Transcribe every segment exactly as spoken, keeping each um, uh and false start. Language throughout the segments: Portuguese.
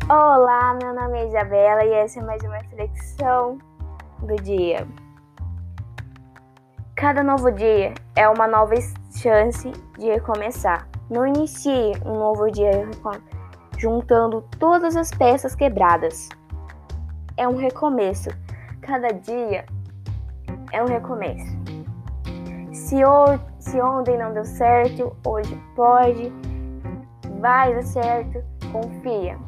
Olá, meu nome é Isabela e essa é mais uma reflexão do dia. Cada novo dia é uma nova chance de recomeçar. Não inicie um novo dia juntando todas as peças quebradas. É um recomeço. Cada dia é um recomeço. Se, hoje, se ontem não deu certo, hoje pode, vai dar certo, confia.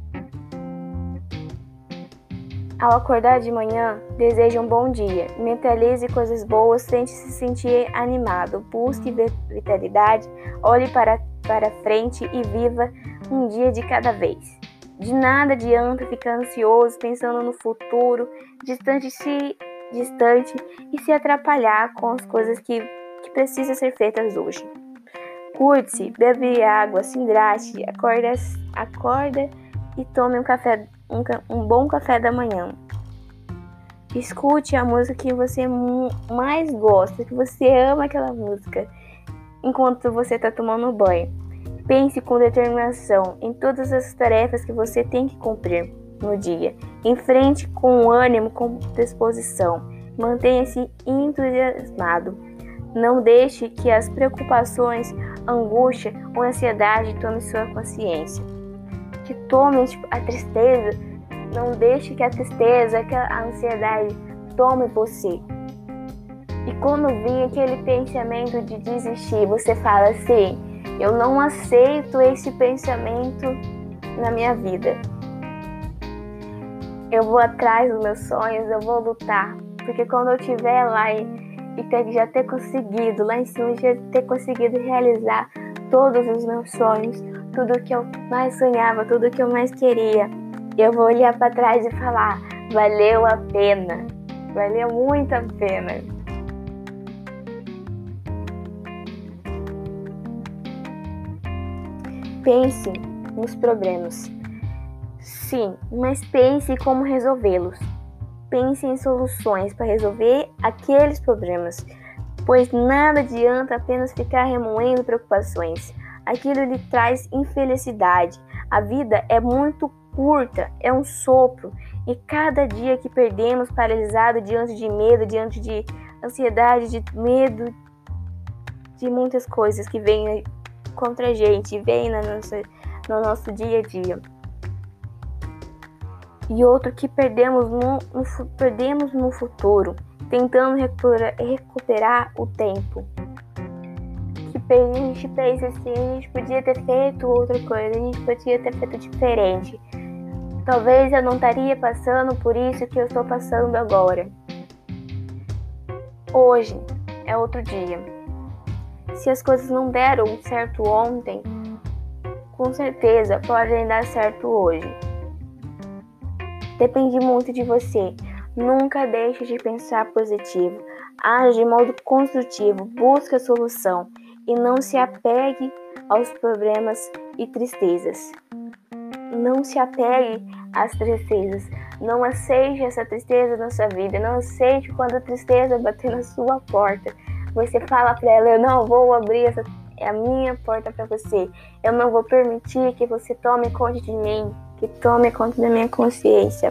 Ao acordar de manhã, deseje um bom dia. Mentalize coisas boas, tente se sentir animado. Busque vitalidade, olhe para, para frente e viva um dia de cada vez. De nada adianta ficar ansioso, pensando no futuro, distante, se, distante e se atrapalhar com as coisas que, que precisam ser feitas hoje. Curte-se, bebe água, se hidrate, acorda, acorda e tome um café Um, um bom café da manhã. Escute a música que você mais gosta, que você ama aquela música, enquanto você está tomando banho. Pense com determinação em todas as tarefas que você tem que cumprir no dia. Enfrente com ânimo, com disposição. Mantenha-se entusiasmado. Não deixe que as preocupações, angústia ou ansiedade tomem sua consciência. Que tome tipo, a tristeza, não deixe que a tristeza, que a ansiedade tome você. E quando vir aquele pensamento de desistir, você fala assim: eu não aceito esse pensamento na minha vida. Eu vou atrás dos meus sonhos, eu vou lutar. Porque quando eu estiver lá e, e ter, já ter conseguido, lá em cima, já ter conseguido realizar todos os meus sonhos, tudo que eu mais sonhava, tudo que eu mais queria, eu vou olhar para trás e falar: valeu a pena, valeu muito a pena. Pense nos problemas, sim, mas pense em como resolvê-los. Pense em soluções para resolver aqueles problemas, pois nada adianta apenas ficar remoendo preocupações. Aquilo lhe traz infelicidade. A vida é muito curta, é um sopro. E cada dia que perdemos paralisado diante de medo, diante de ansiedade, de medo, de muitas coisas que vêm contra a gente, vêm na nossa, no nosso dia a dia. E outro que perdemos no, no, perdemos no futuro, tentando recuperar, recuperar o tempo. A gente pensa assim: a gente podia ter feito outra coisa, a gente podia ter feito diferente. Talvez eu não estaria passando por isso que eu estou passando agora. Hoje é outro dia. Se as coisas não deram certo ontem, com certeza podem dar certo hoje. Depende muito de você. Nunca deixe de pensar positivo. Age de modo construtivo, busque a solução. E não se apegue aos problemas e tristezas. Não se apegue às tristezas. Não aceite essa tristeza na sua vida. Não aceite quando a tristeza bater na sua porta. Você fala para ela: eu não vou abrir essa, a minha porta para você. Eu não vou permitir que você tome conta de mim, que tome conta da minha consciência.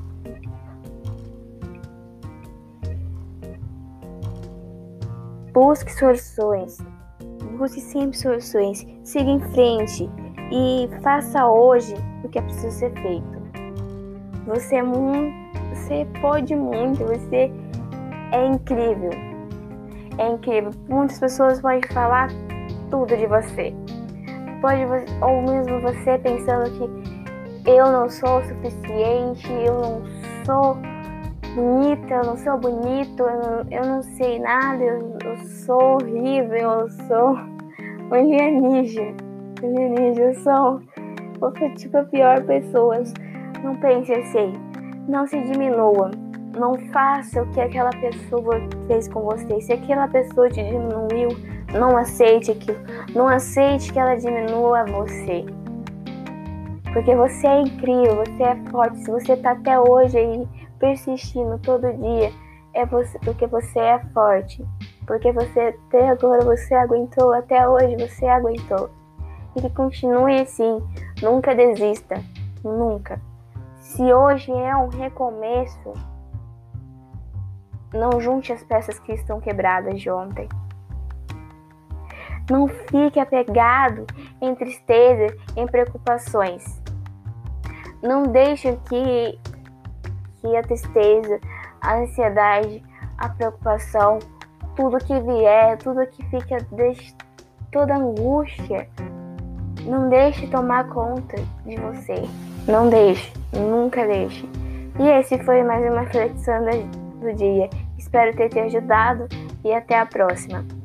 Busque soluções. Busque sempre soluções, siga em frente e faça hoje o que é preciso ser feito. Você é muito, você pode muito, você é incrível. É incrível. Muitas pessoas podem falar tudo de você. Pode, ou mesmo você pensando que eu não sou o suficiente, eu não sou bonita, eu não sou bonito, eu não, eu não sei nada, eu, eu sou horrível, eu sou um alienígena, alienígena, eu sou tipo a pior pessoa. Não pense assim, não se diminua, não faça o que aquela pessoa fez com você. Se aquela pessoa te diminuiu, não aceite aquilo, não aceite que ela diminua você. Porque você é incrível, você é forte. Se você tá até hoje aí persistindo todo dia, é você, porque você é forte. Porque você até agora você aguentou, até hoje você aguentou. E que continue assim, nunca desista. Nunca. Se hoje é um recomeço, não junte as peças que estão quebradas de ontem. Não fique apegado em tristeza, em preocupações. Não deixe que, que a tristeza, a ansiedade, a preocupação, tudo que vier, tudo que fica, toda angústia, não deixe tomar conta de você. Não deixe, nunca deixe. E esse foi mais uma reflexão do dia. Espero ter te ajudado e até a próxima.